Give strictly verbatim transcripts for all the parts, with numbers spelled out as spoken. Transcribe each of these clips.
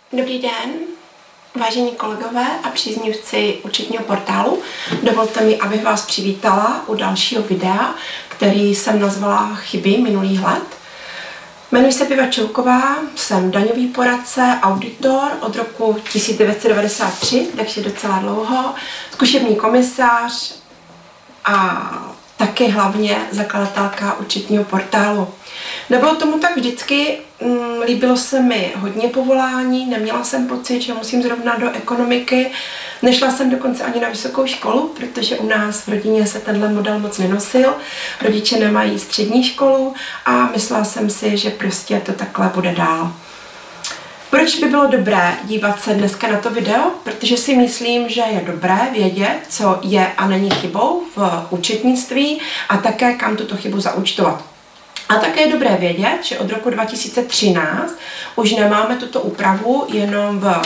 Dobrý den, vážení kolegové a příznivci účetního portálu. Dovolte mi, abych vás přivítala u dalšího videa, který jsem nazvala Chyby minulých let. Jmenuji se Piva Čouková, jsem daňový poradce, auditor od roku tisíc devět set devadesát tři, takže docela dlouho, zkušební komisař a taky hlavně zakladatelka účetního portálu. Nebylo tomu tak vždycky, líbilo se mi hodně povolání, neměla jsem pocit, že musím zrovna do ekonomiky, nešla jsem dokonce ani na vysokou školu, protože u nás v rodině se tenhle model moc nenosil, rodiče nemají střední školu a myslela jsem si, že prostě to takhle bude dál. Proč by bylo dobré dívat se dneska na to video? Protože si myslím, že je dobré vědět, co je a není chybou v účetnictví a také kam tuto chybu zaúčtovat. A také je dobré vědět, že od roku dva tisíce třináct už nemáme tuto úpravu jenom v,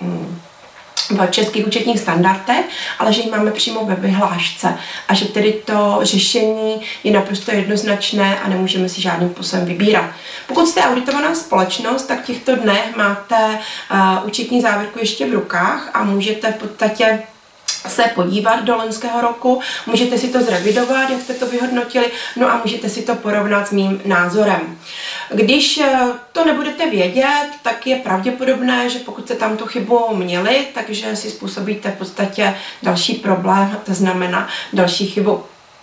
v českých účetních standardech, ale že ji máme přímo ve vyhlášce a že tedy to řešení je naprosto jednoznačné a nemůžeme si žádným způsobem vybírat. Pokud jste auditovaná společnost, tak v těchto dnech máte uh, účetní závěrku ještě v rukách a můžete v podstatě se podívat do loňského roku, můžete si to zrevidovat, jak jste to vyhodnotili, no a můžete si to porovnat s mým názorem. Když to nebudete vědět, tak je pravděpodobné, že pokud jste tam tu chybu měli, takže si způsobíte v podstatě další problém, to znamená další chybu.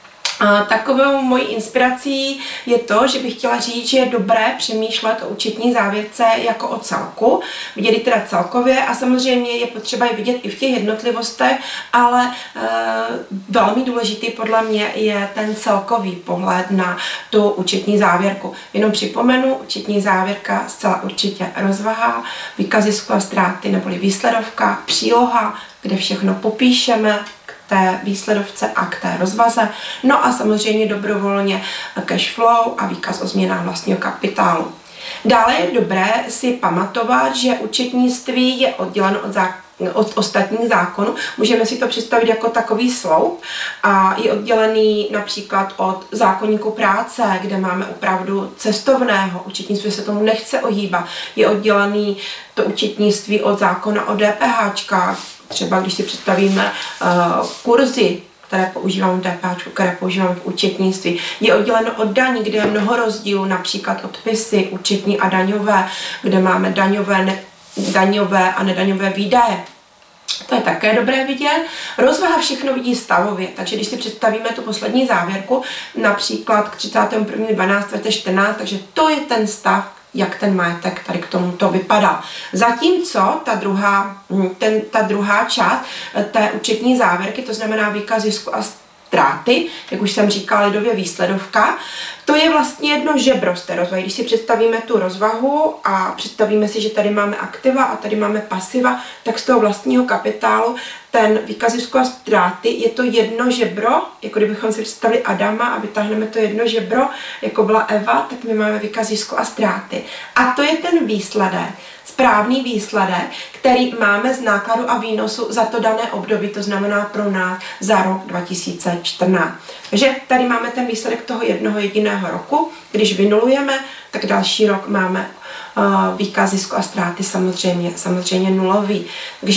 A takovou mojí inspirací je to, že bych chtěla říct, že je dobré přemýšlet o účetní závěrce jako o celku, vidět ji teda celkově a samozřejmě je potřeba ji vidět i v těch jednotlivostech, ale e, velmi důležitý podle mě je ten celkový pohled na tu účetní závěrku. Jenom připomenu, účetní závěrka zcela určitě rozvaha, výkaz zisku a ztráty neboli výsledovka, příloha, kde všechno popíšeme, té výsledovce a k té rozvaze. No a samozřejmě dobrovolně cash flow a výkaz o změnách vlastního kapitálu. Dále je dobré si pamatovat, že účetnictví je odděleno od zákona od ostatních zákonů. Můžeme si to představit jako takový sloup a je oddělený například od zákoníku práce, kde máme opravdu cestovného. Účetnictví se tomu nechce ohýbat. Je oddělený to účetnictví od zákona o DPHčkách. Třeba když si představíme uh, kurzy, které používáme v DPHčku, které používáme v účetnictví. Je odděleno od daní, kde je mnoho rozdílů, například odpisy, účetní a daňové, kde máme daňové, ne, daňové a nedaňové výdaje. To je také dobré vidět. Rozvaha všechno vidí stavově, takže když si představíme tu poslední závěrku, například k třicátému prvnímu dvanáctému dva tisíce čtrnáct, takže to je ten stav, jak ten majetek tady k tomuto vypadá. Zatímco ta druhá, ten, ta druhá část té účetní závěrky, to znamená výkaz zisku a ztráty, jak už jsem říkala, lidově výsledovka, to je vlastně jedno žebro z té rozvahy. Když si představíme tu rozvahu a představíme si, že tady máme aktiva a tady máme pasiva, tak z toho vlastního kapitálu ten výkaz zisku a ztráty je to jedno žebro, jako kdybychom si představili Adama a vytáhneme to jedno žebro, jako byla Eva, tak my máme výkaz zisku a ztráty. A to je ten výsledek, správný výsledek, který máme z nákladu a výnosu za to dané období, to znamená pro nás za rok dva tisíce čtrnáct. Takže tady máme ten výsledek toho jednoho jediného roku. Když vynulujeme, tak další rok máme uh, výkaz zisku a ztráty samozřejmě, samozřejmě nulový. Takže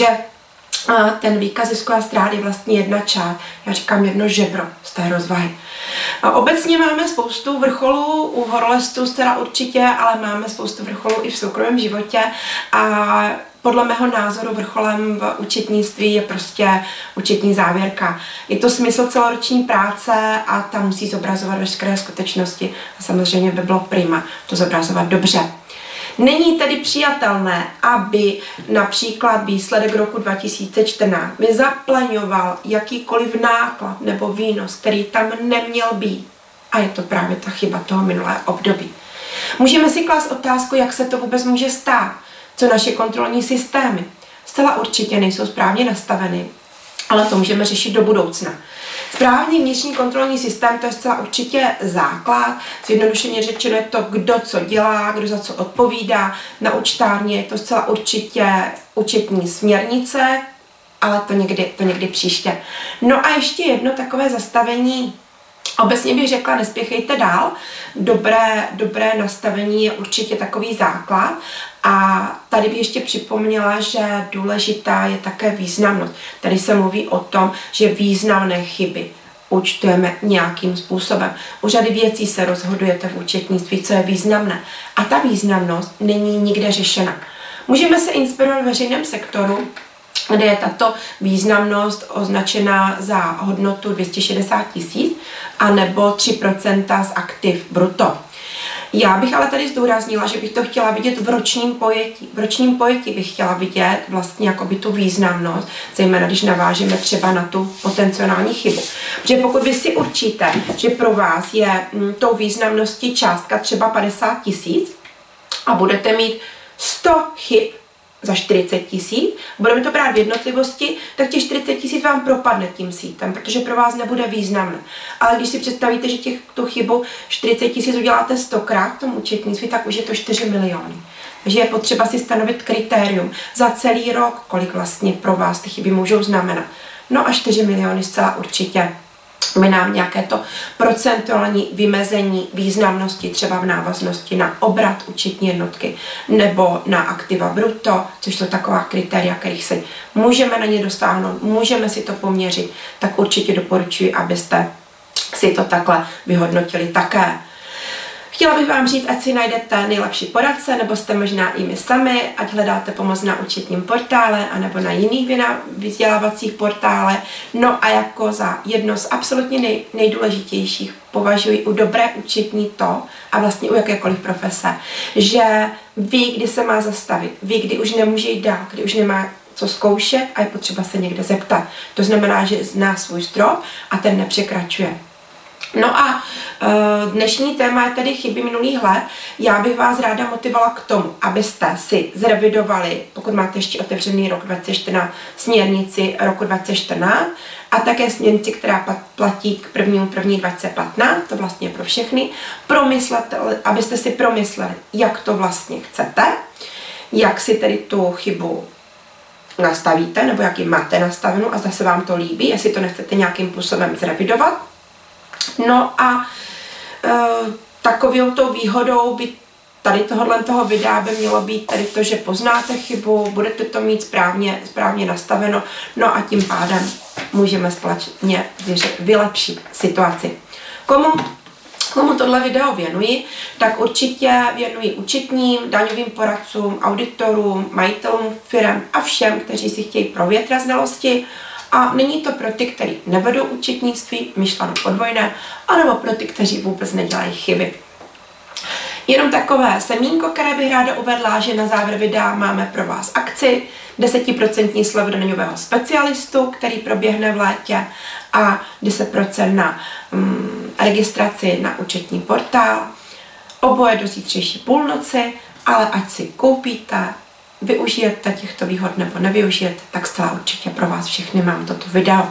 uh, ten výkaz zisku a ztráty je vlastně jedna část, já říkám jedno žebro z té rozvahy. A obecně máme spoustu vrcholů u horolezců zcela určitě, ale máme spoustu vrcholů i v soukromém životě a podle mého názoru vrcholem v účetnictví je prostě účetní závěrka. Je to smysl celoroční práce a tam musí zobrazovat veškeré skutečnosti a samozřejmě by bylo prima to zobrazovat dobře. Není tedy přijatelné, aby například výsledek roku dva tisíce čtrnáct mi zaplaňoval jakýkoliv náklad nebo výnos, který tam neměl být. A je to právě ta chyba toho minulého období. Můžeme si klást otázku, jak se to vůbec může stát, co naše kontrolní systémy zcela určitě nejsou správně nastaveny, ale to můžeme řešit do budoucna. Správný vnitřní kontrolní systém, to je zcela určitě základ. Zjednodušeně řečeno je to, kdo co dělá, kdo za co odpovídá. Na účtárně je to zcela určitě účetní směrnice, ale to někdy, to někdy příště. No a ještě jedno takové zastavení Obecně bych řekla, nespěchejte dál. Dobré, dobré nastavení je určitě takový základ. A tady bych ještě připomněla, že důležitá je také významnost. Tady se mluví o tom, že významné chyby účtujeme nějakým způsobem. U řady věcí se rozhodujete v účetnictví, co je významné. A ta významnost není nikde řešena. Můžeme se inspirovat v veřejném sektoru, kde je tato významnost označena za hodnotu dvě stě šedesát tisíc a nebo tři procenta z aktiv bruto. Já bych ale tady zdůraznila, že bych to chtěla vidět v ročním pojetí. V ročním pojetí bych chtěla vidět vlastně jakoby tu významnost, zejména když navážeme třeba na tu potenciální chybu. Protože pokud vy si určíte, že pro vás je m, tou významností částka třeba padesát tisíc a budete mít sto chyb za čtyřicet tisíc, budeme to brát v jednotlivosti, tak těch čtyřicet tisíc vám propadne tím sítem, protože pro vás nebude významné. Ale když si představíte, že těch, tu chybu čtyřicet tisíc uděláte stokrát v tom účetnictví, tak už je to čtyři miliony. Takže je potřeba si stanovit kritérium za celý rok, kolik vlastně pro vás ty chyby můžou znamenat. No a čtyři miliony zcela určitě by nám nějaké to procentuální vymezení významnosti třeba v návaznosti na obrat účetní jednotky nebo na aktiva bruto, což jsou taková kritéria, kterých si můžeme na ně dosáhnout, můžeme si to poměřit, tak určitě doporučuji, abyste si to takhle vyhodnotili také. Chtěla bych vám říct, ať si najdete nejlepší poradce, nebo jste možná i my sami, ať hledáte pomoc na účetním portále, anebo na jiných vzdělávacích portálech. No a jako za jedno z absolutně nej, nejdůležitějších považuji u dobré účetní to, a vlastně u jakékoliv profese, že ví, kdy se má zastavit, ví, kdy už nemůže jít dál, kdy už nemá co zkoušet a je potřeba se někde zeptat. To znamená, že zná svůj strop a ten nepřekračuje. No a e, dnešní téma je tedy chyby minulých let. Já bych vás ráda motivovala k tomu, abyste si zrevidovali, pokud máte ještě otevřený rok dvacet čtrnáct, směrnici roku dvacet čtrnáct a také směrnici, která platí k prvnímu prvnímu dvacet patnáct, to vlastně pro všechny, promyslet, abyste si promysleli, jak to vlastně chcete, jak si tedy tu chybu nastavíte, nebo jak ji máte nastavenou a zase vám to líbí, jestli to nechcete nějakým způsobem zrevidovat. No a e, takovou tou výhodou by tady tohohle toho videa by mělo být tady to, že poznáte chybu, budete to mít správně, správně nastaveno, no a tím pádem můžeme společně vylepšit situaci. Komu, komu tohle video věnuji, tak určitě věnuji účetním, daňovým poradcům, auditorům, majitelům firem a všem, kteří si chtějí provětrat znalosti. A není to pro ty, kteří nevedou účetnictví, myšleno podvojné, anebo pro ty, kteří vůbec nedělají chyby. Jenom takové semínko, které bych ráda uvedla, že na závěr videa máme pro vás akci deset procent slevu do daňového specialistu, který proběhne v létě a deset procent na mm, registraci na účetní portál. Oboje do zítřejší půlnoci, ale ať si koupíte, využijete těchto výhod nebo nevyužijete, tak zcela určitě pro vás všechny mám toto video.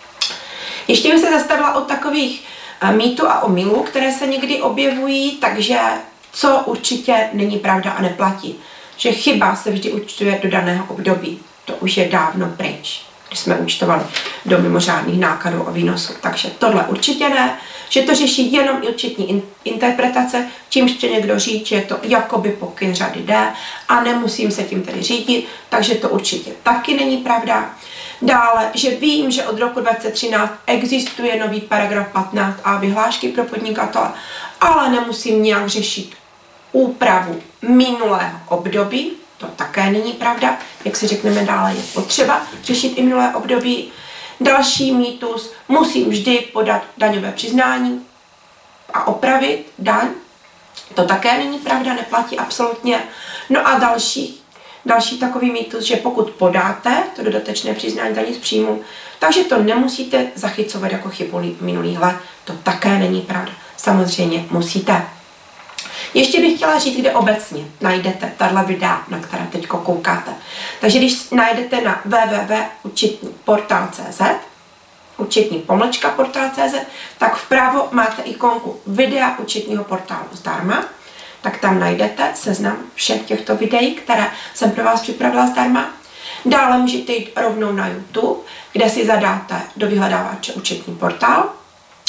Ještě bych se zastavila o takových mýtů a omylů, které se někdy objevují, takže co určitě není pravda a neplatí. Že chyba se vždy účtuje do daného období. To už je dávno pryč, když jsme účtovali do mimořádných nákladů a výnosů. Takže tohle určitě ne. Že to řeší jenom účetní in, interpretace, čímž chce někdo říct, že je to jakoby pokyn řady D a nemusím se tím tedy řídit, takže to určitě taky není pravda. Dále, že vím, že od roku dvacet třináct existuje nový paragraf patnáct a vyhlášky pro podnikatele, ale nemusím nějak řešit úpravu minulého období, to také není pravda, jak si řekneme dále, je potřeba řešit i minulé období. Další mýtus, musím vždy podat daňové přiznání a opravit daň, to také není pravda, neplatí absolutně. No a další, další takový mýtus, že pokud podáte to dodatečné přiznání daní z příjmu, takže to nemusíte zachycovat jako chybu minulých let, to také není pravda. Samozřejmě musíte. Ještě bych chtěla říct, kde obecně najdete tato videa, na které teď koukáte. Takže když najdete na w w w tečka účetní portál tečka cé zet, účetní pomlčka portál tečka cé zet, tak vpravo máte ikonku videa účetního portálu zdarma, tak tam najdete seznam všech těchto videí, které jsem pro vás připravila zdarma. Dále můžete jít rovnou na YouTube, kde si zadáte do vyhledávače účetní portál.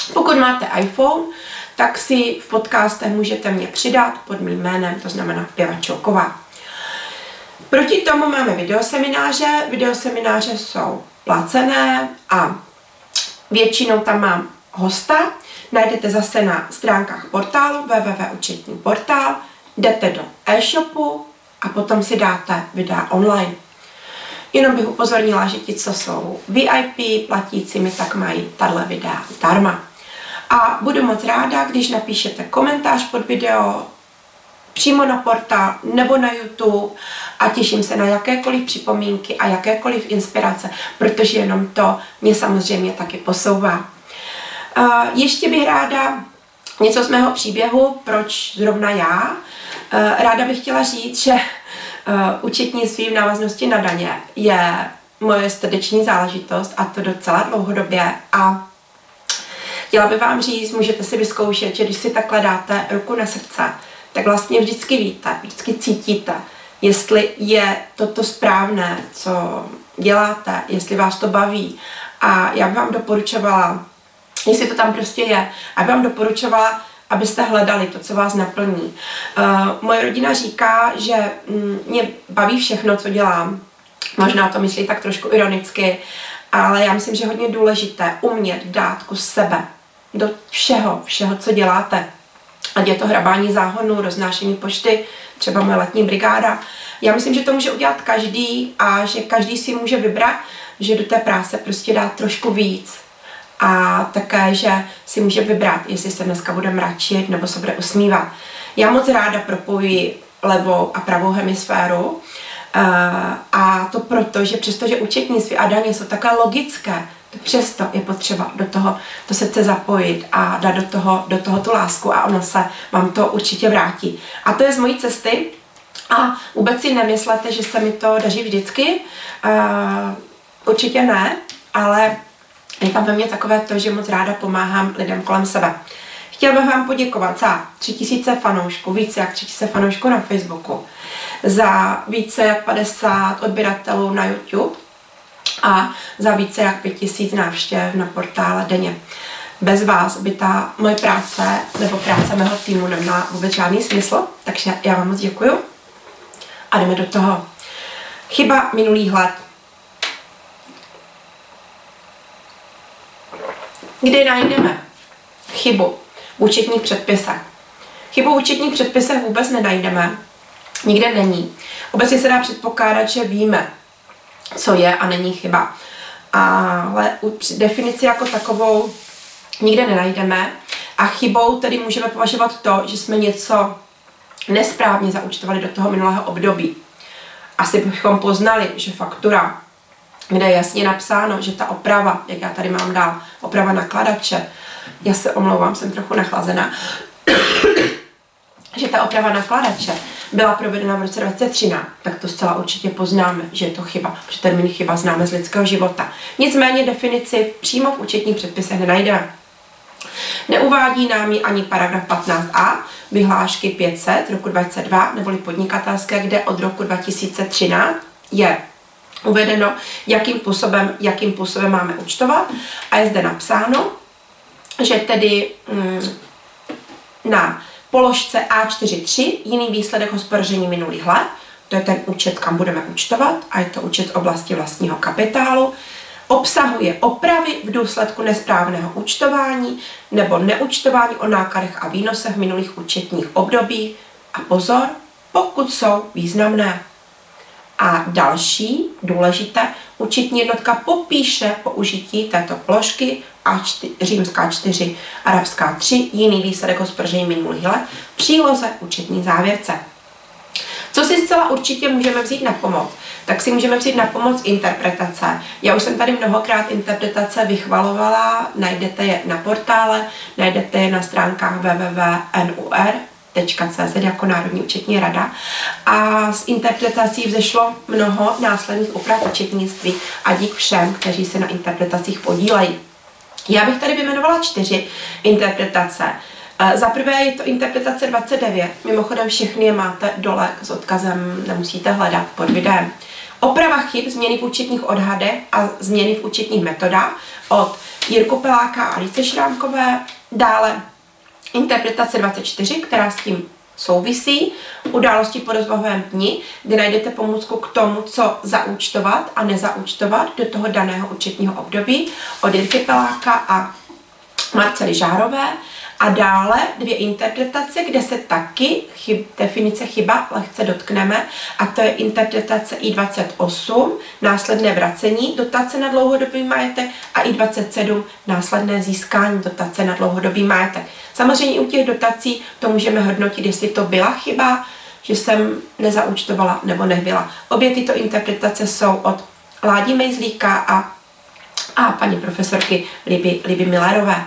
Pokud máte iPhone, tak si v podcastech můžete mě přidat pod mým jménem, to znamená Pěva Čilková. Proti tomu máme videosemináře. Videosemináře jsou placené a většinou tam mám hosta. Najdete zase na stránkách portálu w w w tečka účetní portál, jdete do e-shopu a potom si dáte videa online. Jenom bych upozornila, že ti, co jsou V I P platícími, tak mají tato videa zdarma. A budu moc ráda, když napíšete komentář pod video přímo na portál nebo na YouTube a těším se na jakékoliv připomínky a jakékoliv inspirace, protože jenom to mě samozřejmě taky posouvá. Uh, ještě bych ráda něco z mého příběhu, proč zrovna já. Uh, ráda bych chtěla říct, že uh, účetnictví v návaznosti na daně je moje srdeční záležitost a to docela dlouhodobě a chtěla bych vám říct, můžete si vyzkoušet, že když si takhle dáte ruku na srdce, tak vlastně vždycky víte, vždycky cítíte, jestli je toto správné, co děláte, jestli vás to baví. A já bych vám doporučovala, jestli to tam prostě je, a bych vám doporučovala, abyste hledali to, co vás naplní. Uh, moje rodina říká, že mm, mě baví všechno, co dělám. Možná to myslí tak trošku ironicky, ale já myslím, že je hodně důležité umět dát kus sebe do všeho, všeho, co děláte. Ať je to hrabání záhonů, roznášení pošty, třeba moje letní brigáda. Já myslím, že to může udělat každý a že každý si může vybrat, že do té práce prostě dá trošku víc. A také, že si může vybrat, jestli se dneska bude mračit nebo se bude usmívat. Já moc ráda propojuji levou a pravou hemisféru. A to proto, že přestože účetnictví a daně jsou také logické, to přesto je potřeba do toho to srdce zapojit a dát do toho, do toho tu lásku a ono se vám to určitě vrátí. A to je z mojí cesty a vůbec si nemyslete, že se mi to daří vždycky. Uh, určitě ne, ale je tam ve mně takové to, že moc ráda pomáhám lidem kolem sebe. Chtěla bych vám poděkovat za tři tisíce fanoušků, více jak tři tisíce fanoušků na Facebooku, za více jak padesát odběratelů na YouTube a za více jak pět tisíc návštěv na portále denně. Bez vás by ta moje práce nebo práce mého týmu neměla vůbec žádný smysl, takže já vám moc děkuju a jdeme do toho. Chyba minulých let. Kde najdeme chybu v účetních předpisech? Chybu v účetních předpisech vůbec nenajdeme, nikde není. Obecně se dá předpokládat, že víme, co je a není chyba. Ale definici jako takovou nikde nenajdeme a chybou tedy můžeme považovat to, že jsme něco nesprávně zaúčtovali do toho minulého období. Asi bychom poznali, že faktura, kde je jasně napsáno, že ta oprava, jak já tady mám dál, oprava nakladače, já se omlouvám, jsem trochu nachlazená, že ta oprava nakladače byla provedena v roce dva tisíce třináct, tak to zcela určitě poznáme, že je to chyba, protože termín chyba známe z lidského života. Nicméně definici přímo v účetních předpisech nenajdeme. Neuvádí nám ji ani paragraf patnáct a vyhlášky pět set roku dva tisíce dva, neboli podnikatelské, kde od roku dva tisíce třináct je uvedeno, jakým způsobem, jakým způsobem máme účtovat a je zde napsáno, že tedy mm, na položce A čtyři tečka tři jiný výsledek hospodaření minulých let, to je ten účet, kam budeme účtovat a je to účet z oblasti vlastního kapitálu, obsahuje opravy v důsledku nesprávného účtování nebo neúčtování o nákladech a výnosech v minulých účetních období a pozor, pokud jsou významné. A další důležité, účetní jednotka popíše použití této položky A čtyři, římská čtyři, arabská tři, jiný výsledek hospodaření minulých let, příloze účetní závěrce. Co si zcela určitě můžeme vzít na pomoc? Tak si můžeme vzít na pomoc interpretace. Já už jsem tady mnohokrát interpretace vychvalovala, najdete je na portále, najdete je na stránkách w w w tečka n u r tečka c z jako Národní účetní rada a z interpretací vzešlo mnoho následných úprav účetnictví a dík všem, kteří se na interpretacích podílejí. Já bych tady vyjmenovala čtyři interpretace. Za prvé je to interpretace dvacet devět, mimochodem všechny je máte dole s odkazem, nemusíte hledat pod videem. Oprava chyb, změny v účetních odhadech a změny v účetních metodách od Jirky Peláka a Alice Šrámkové, dále interpretace dvacet čtyři, která s tím souvisí, události po rozvahovém dni, kde najdete pomůcku k tomu, co zaúčtovat a nezaúčtovat do toho daného účetního období od Jirky Peláka a Marcely Žárové. A dále dvě interpretace, kde se taky chyb, definice chyba lehce dotkneme, a to je interpretace I dvacet osm, následné vracení dotace na dlouhodobý majetek, a I dvacet sedm, následné získání dotace na dlouhodobý majetek. Samozřejmě u těch dotací to můžeme hodnotit, jestli to byla chyba, že jsem nezaúčtovala nebo nebyla. Obě tyto interpretace jsou od Ládi Mejzlíka a, a paní profesorky Liby, Liby Millerové.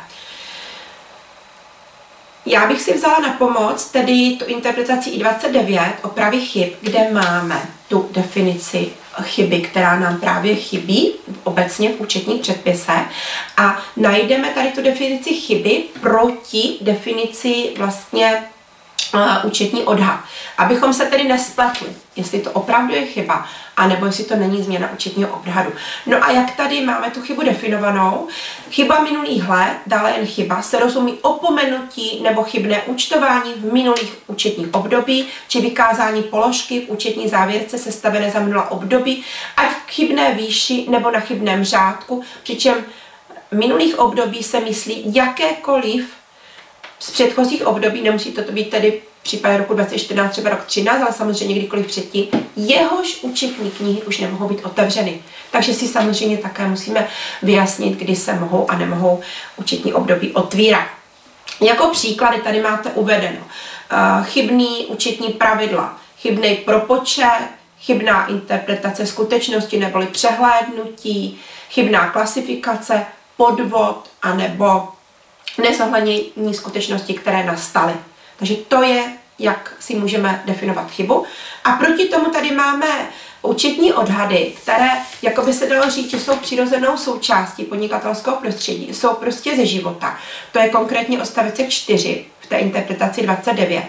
Já bych si vzala na pomoc tedy tu interpretaci I dvacet devět opravy chyb, kde máme tu definici chyby, která nám právě chybí obecně v účetních předpisech, a najdeme tady tu definici chyby proti definici vlastně uh, účetní odhad. Abychom se tedy nespletli, jestli to opravdu je chyba, anebo jestli to není změna účetního odhadu. No a jak tady máme tu chybu definovanou? Chyba minulých let, dále jen chyba, se rozumí opomenutí nebo chybné účtování v minulých účetních období či vykázání položky v účetní závěrce sestavené za minulá období, ať v chybné výši nebo na chybném řádku, přičem v minulých období se myslí jakékoliv z předchozích období, nemusí to být tedy v případě roku dvacet čtrnáct, třeba rok třináct, ale samozřejmě kdykoliv předtím, jehož účetní knihy už nemohou být otevřeny. Takže si samozřejmě také musíme vyjasnit, kdy se mohou a nemohou účetní období otvírat. Jako příklady tady máte uvedeno uh, chybný účetní pravidla, chybný propočet, chybná interpretace skutečnosti neboli přehlédnutí, chybná klasifikace, podvod anebo nezohlednění skutečnosti, které nastaly. Takže to je, jak si můžeme definovat chybu. A proti tomu tady máme účetní odhady, které, jako by se dalo říct, že jsou přirozenou součástí podnikatelského prostředí, jsou prostě ze života. To je konkrétně odstavec čtyři v té interpretaci dvacet devět.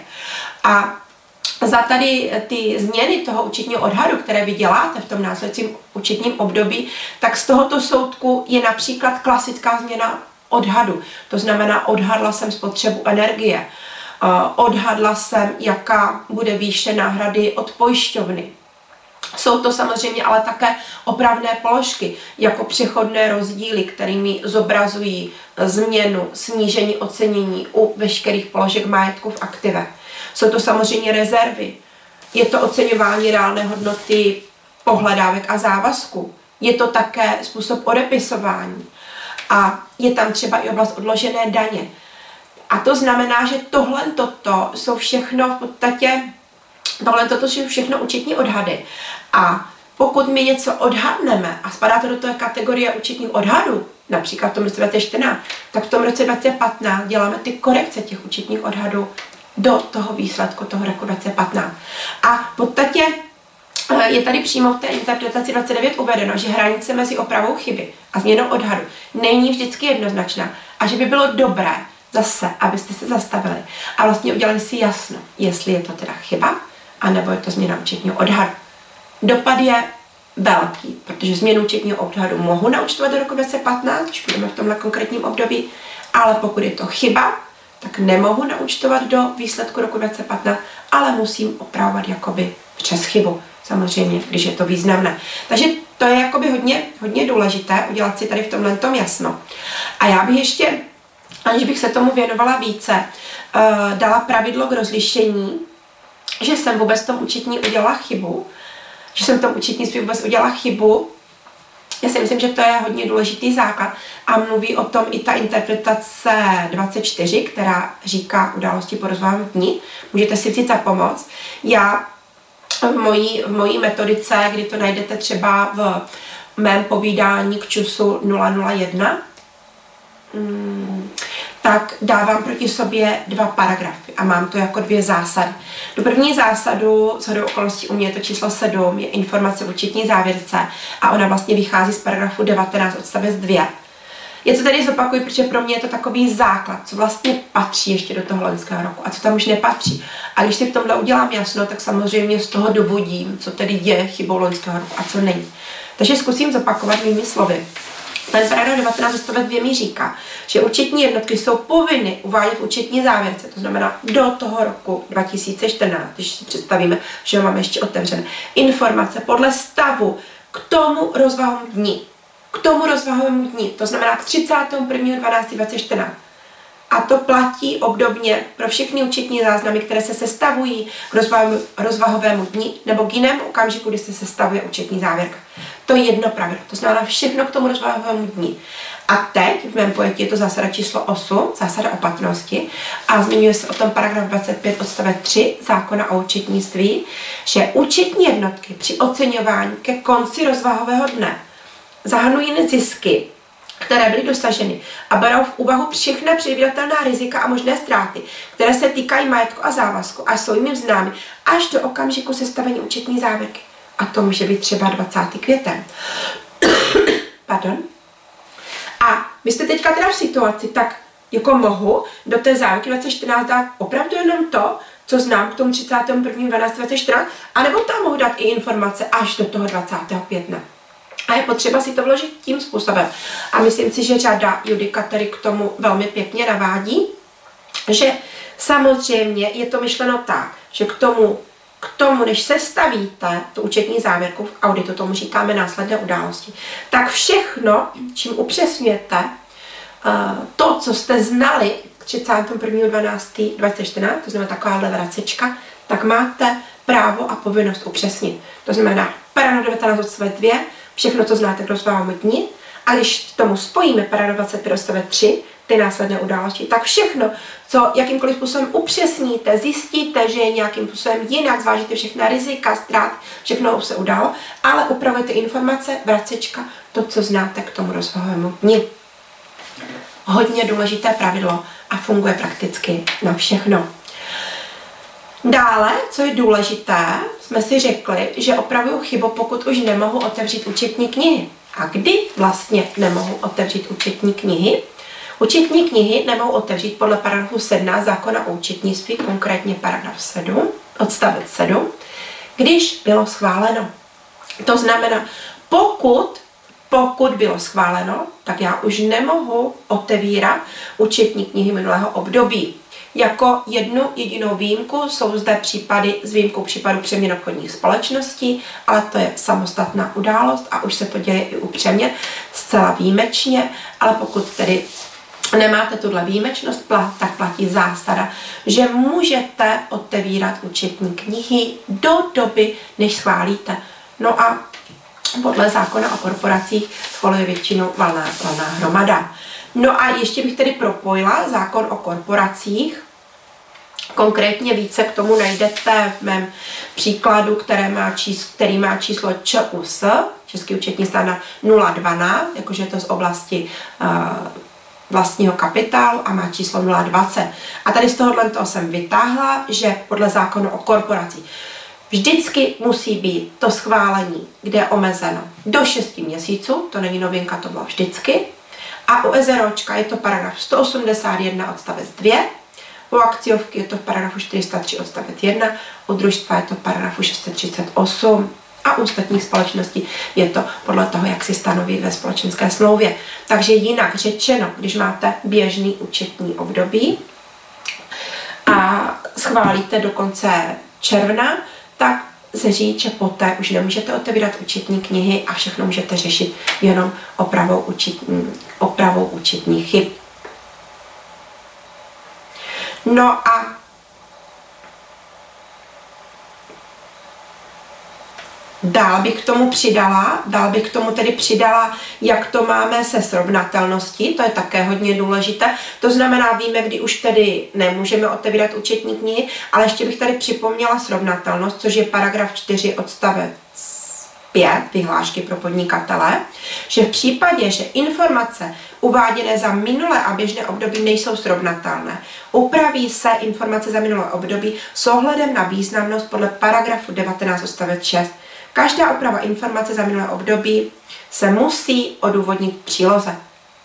A za tady ty změny toho účetního odhadu, které vy děláte v tom následujícím účetním období, tak z tohoto soudku je například klasická změna odhadu. To znamená, odhadla jsem spotřebu energie, odhadla jsem, jaká bude výše náhrady od pojišťovny. Jsou to samozřejmě ale také opravné položky, jako přechodné rozdíly, kterými zobrazují změnu, snížení ocenění u veškerých položek majetku v aktivech. Jsou to samozřejmě rezervy. Je to oceňování reálné hodnoty pohledávek a závazků. Je to také způsob odepisování. A je tam třeba i oblast odložené daně. A to znamená, že tohle toto jsou všechno v podstatě, tohle toto jsou všechno účetní odhady. A pokud my něco odhadneme a spadá to do té kategorie účetních odhadů, například v tom roce dvacet čtrnáct, tak v tom roce dvacet patnáct děláme ty korekce těch účetních odhadů do toho výsledku toho roku dvacet patnáct. A v podstatě je tady přímo v té interpretaci dvacet devět uvedeno, že hranice mezi opravou chyby a změnou odhadu není vždycky jednoznačná a že by bylo dobré zase, abyste se zastavili a vlastně udělali si jasno, jestli je to teda chyba, anebo je to změna účetního odhadu. Dopad je velký, protože změnu účetního odhadu mohu naúčtovat do roku dvacet patnáct, když budeme v tomhle konkrétním období, ale pokud je to chyba, tak nemohu naúčtovat do výsledku roku dvacet patnáct, ale musím opravovat jakoby přes chybu. Samozřejmě, když je to významné. Takže to je jakoby hodně, hodně důležité udělat si tady v tomhle tom jasno. A já bych ještě, aniž bych se tomu věnovala více, uh, dala pravidlo k rozlišení, že jsem vůbec v tom účetní udělala chybu, že jsem v tom účetnictví vůbec udělala chybu. Já si myslím, že to je hodně důležitý základ a mluví o tom i ta interpretace dvacet čtyři, která říká události po rozvahovém dni. Můžete si vzít za pomoc. Já v mojí, v mojí metodice, kdy to najdete třeba v mém povídání k ČUSu nula nula jedna, hmm, tak dávám proti sobě dva paragrafy a mám to jako dvě zásady. Do první zásadu, shodou okolností u mě je to číslo sedm, je informace v účetní závěrce a ona vlastně vychází z paragrafu devatenáct odstavec dva. Je to tady zopakuju, protože pro mě je to takový základ, co vlastně patří ještě do toho loňského roku a co tam už nepatří. A když si v tomhle udělám jasno, tak samozřejmě z toho dovodím, co tedy je chybou loňského roku a co není. Takže zkusím zopakovat mými slovy. Ten paragraf devatenáct odstavec dvě mi říká, že účetní jednotky jsou povinny uvádět v účetní závěrce, to znamená do toho roku dva tisíce čtrnáct, když si představíme, že ho máme ještě otevřené, informace podle stavu k tomu rozvahovému dni. K tomu rozvahovému dni, to znamená k třicátému prvnímu dvanáctému dva tisíce čtrnáct. A to platí obdobně pro všechny účetní záznamy, které se sestavují k rozvahovému dni nebo k jinému okamžiku, kdy se sestavuje účetní závěrka. To je jedno pravidlo, to znamená všechno k tomu rozvahovému dni. A teď v mém pojetí je to zásada číslo osm, zásada opatrnosti, a zmiňuje se o tom paragraf dvacet pět odstavec tři zákona o účetnictví, že účetní jednotky při oceňování ke konci rozvahového dne zahrnují jen zisky, které byly dosaženy a berou v úvahu všechna předvídatelná rizika a možné ztráty, které se týkají majetku a závazku a jsou jim známy až do okamžiku sestavení účetní závěrky. A to může být třeba dvacátý květen. Pardon. A vy jste teďka teda v situaci, tak jako mohu do té závěrky dvacet čtrnáct dát opravdu jenom to, co znám k tomu třicátému prvnímu dvanáctému dva tisíce čtrnáct, anebo tam mohu dát i informace až do toho dvacátého května. A je potřeba si to vložit tím způsobem. A myslím si, že řada judikatury k tomu velmi pěkně navádí, že samozřejmě je to myšleno tak, že k tomu, k tomu než sestavíte tu účetní závěrku v auditu, tomu říkáme následné události, tak všechno, čím upřesňujete to, co jste znali k třicátému prvnímu dvanáctému dva tisíce čtrnáct, to znamená takováhle vracečka, tak máte právo a povinnost upřesnit. To znamená paragraf devatenáct odstavec dvě, všechno, co znáte k rozvahovému dni, a když k tomu spojíme paragraf dvacet pět odstavec tři, ty následné události, tak všechno, co jakýmkoliv způsobem upřesníte, zjistíte, že je nějakým způsobem jinak, zvážíte všechna rizika, ztrát, všechno už se událo, ale upravujete informace, vracečka, to, co znáte k tomu rozvahovému dni. Hodně důležité pravidlo a funguje prakticky na všechno. Dále, co je důležité, jsme si řekli, že opravuju chybu, pokud už nemohu otevřít účetní knihy. A kdy vlastně nemohu otevřít účetní knihy? Účetní knihy nemohu otevřít podle paragrafu sedmnáct zákona o účetnictví, konkrétně paragraf sedm, odstavec sedm, když bylo schváleno. To znamená, pokud, pokud bylo schváleno, tak já už nemohu otevírat účetní knihy minulého období. Jako jednu jedinou výjimku jsou zde případy s výjimkou případu přeměn obchodních společností, ale to je samostatná událost a už se to děje i u přeměn zcela výjimečně, ale pokud tedy nemáte tuhle výjimečnost, tak platí zásada, že můžete otevírat účetní knihy do doby, než schválíte. No a podle zákona o korporacích schvaluje většinou valná, valná hromada. No a ještě bych tedy propojila zákon o korporacích. Konkrétně více k tomu najdete v mém příkladu, které má číslo, který má číslo ČUS, Český účetní standard nula dvanáct, jakože je to z oblasti uh, vlastního kapitálu, a má číslo nula dvacet. A tady z tohohle toho jsem vytáhla, že podle zákonu o korporacích vždycky musí být to schválení, kde je omezeno do šesti měsíců, to není novinka, to bylo vždycky. A u SROčka je to paragraf sto osmdesát jedna odstavec dvě, u akciovky je to v paragrafu čtyři sta tři odstavec jedna, u družstva je to v paragrafu šest set třicet osm a u ostatních společností je to podle toho, jak si stanoví ve společenské smlouvě. Takže jinak řečeno, když máte běžný účetní období a schválíte do konce června, tak se říct, že poté už nemůžete otevírat účetní knihy a všechno můžete řešit jenom opravou, účetní, opravou účetních chyb. No a dál bych k tomu přidala, dál bych k tomu tedy přidala, jak to máme se srovnatelností, to je také hodně důležité. To znamená, víme, kdy už tedy nemůžeme otevírat účetní knihy, ale ještě bych tady připomněla srovnatelnost, což je paragraf čtyři odstavec pět vyhlášky pro podnikatele, že v případě, že informace uváděné za minulé a běžné období nejsou srovnatelné, upraví se informace za minulé období s ohledem na významnost podle paragrafu devatenáct odstavec šest. Každá oprava informace za minulé období se musí odůvodnit v příloze.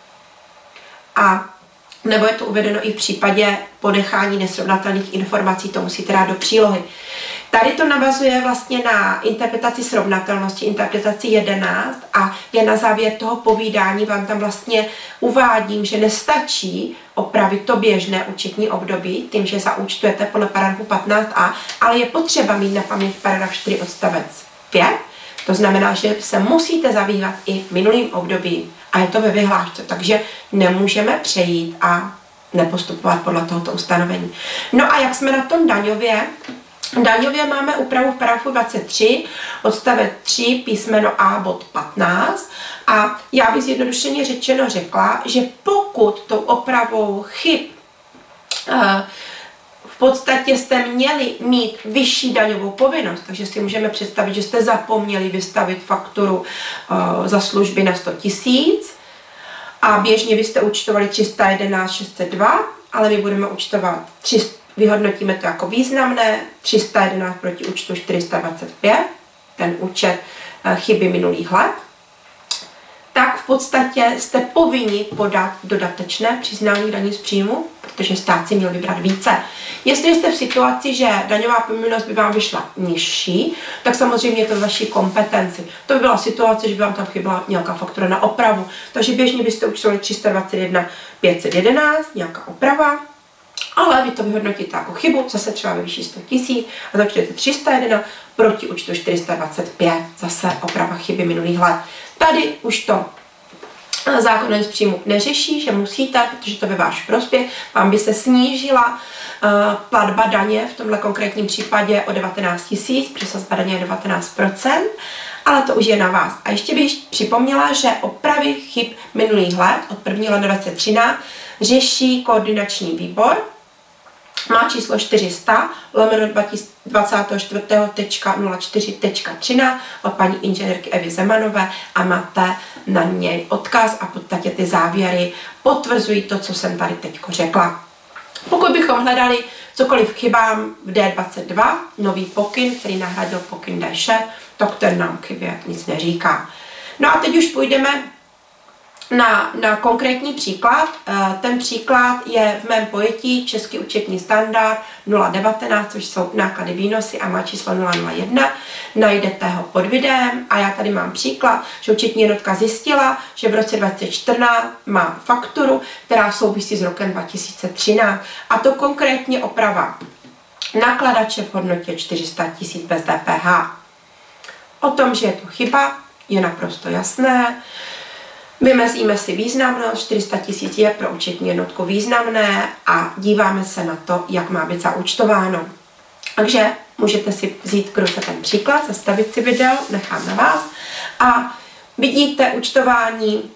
A nebo je to uvedeno i v případě ponechání nesrovnatelných informací, to musíte dát do přílohy. Tady to navazuje vlastně na interpretaci srovnatelnosti, interpretaci jedenáct a já na závěr toho povídání vám tam vlastně uvádím, že nestačí opravit to běžné účetní období tím, že zaúčtujete podle paragrafu patnáct a, ale je potřeba mít na paměť paragraf čtyři odstavec pět, to znamená, že se musíte zabývat i minulým obdobím a je to ve vyhlášce, takže nemůžeme přejít a nepostupovat podle tohoto ustanovení. No a jak jsme na tom daňově? Daňově máme úpravu v paragrafu dvacet tři, odstavec tři, písmeno A, bod patnáct a já bych zjednodušeně řečeno řekla, že pokud tou opravou chyb uh, v podstatě jste měli mít vyšší daňovou povinnost, takže si můžeme představit, že jste zapomněli vystavit fakturu uh, za služby na sto tisíc a běžně byste účtovali tři sta jedenáct šest set dva, ale my budeme účtovat tři sta, vyhodnotíme to jako významné, tři sta jedenáct proti účtu čtyři sta dvacet pět, ten účet uh, chyby minulých let, tak v podstatě jste povinni podat dodatečné přiznání daní z příjmu, protože stát si měl vybrat více. Jestli jste v situaci, že daňová povinnost by vám vyšla nižší, tak samozřejmě je to v vaší kompetenci. To by byla situace, že by vám tam chyběla nějaká faktura na opravu. Takže běžně byste účtovali tři sta dvacet jedna pět set jedenáct, nějaká oprava, ale vy to vyhodnotíte jako chybu, zase třeba ve výši sto tisíc a začnete tři sta jedenáct proti účtu čtyři sta dvacet pět, zase oprava chyby minulých let. Tady už to zákon z příjmu neřeší, že musíte, protože to ve váš prospěch, vám by se snížila uh, platba daně v tomhle konkrétním případě o devatenáct tisíc, protože sazba daně je devatenáct procent, ale to už je na vás. A ještě bych připomněla, že opravy chyb minulých let od prvního ledna dvacet třináct řeší koordinační výbor, má číslo čtyři sta lomeno dvacet čtyři nula čtyři třináct od paní inženýrky Evy Zemanové a máte na něj odkaz a v podstatě ty závěry potvrzují to, co jsem tady teď řekla. Pokud bychom hledali cokoliv chybám v D dvacet dva, nový pokyn, který nahradil pokyn D šest, tak ten nám chybě nic neříká. No a teď už půjdeme Na, na konkrétní příklad. Ten příklad je v mém pojetí Český účetní standard nula devatenáct, což jsou náklady výnosy a má číslo nula nula jedna. Najdete ho pod videem a já tady mám příklad, že účetní jednotka zjistila, že v roce dva tisíce čtrnáct má fakturu, která souvisí s rokem dva tisíce třináct a to konkrétně oprava nakladače v hodnotě čtyři sta tisíc bez D P H. O tom, že je to chyba, je naprosto jasné. Vymezíme si významnost, čtyři sta tisíc je pro účetní jednotku významné a díváme se na to, jak má být zaúčtováno. Takže můžete si vzít k ruce ten příklad, zastavit si video, nechám na vás a vidíte účtování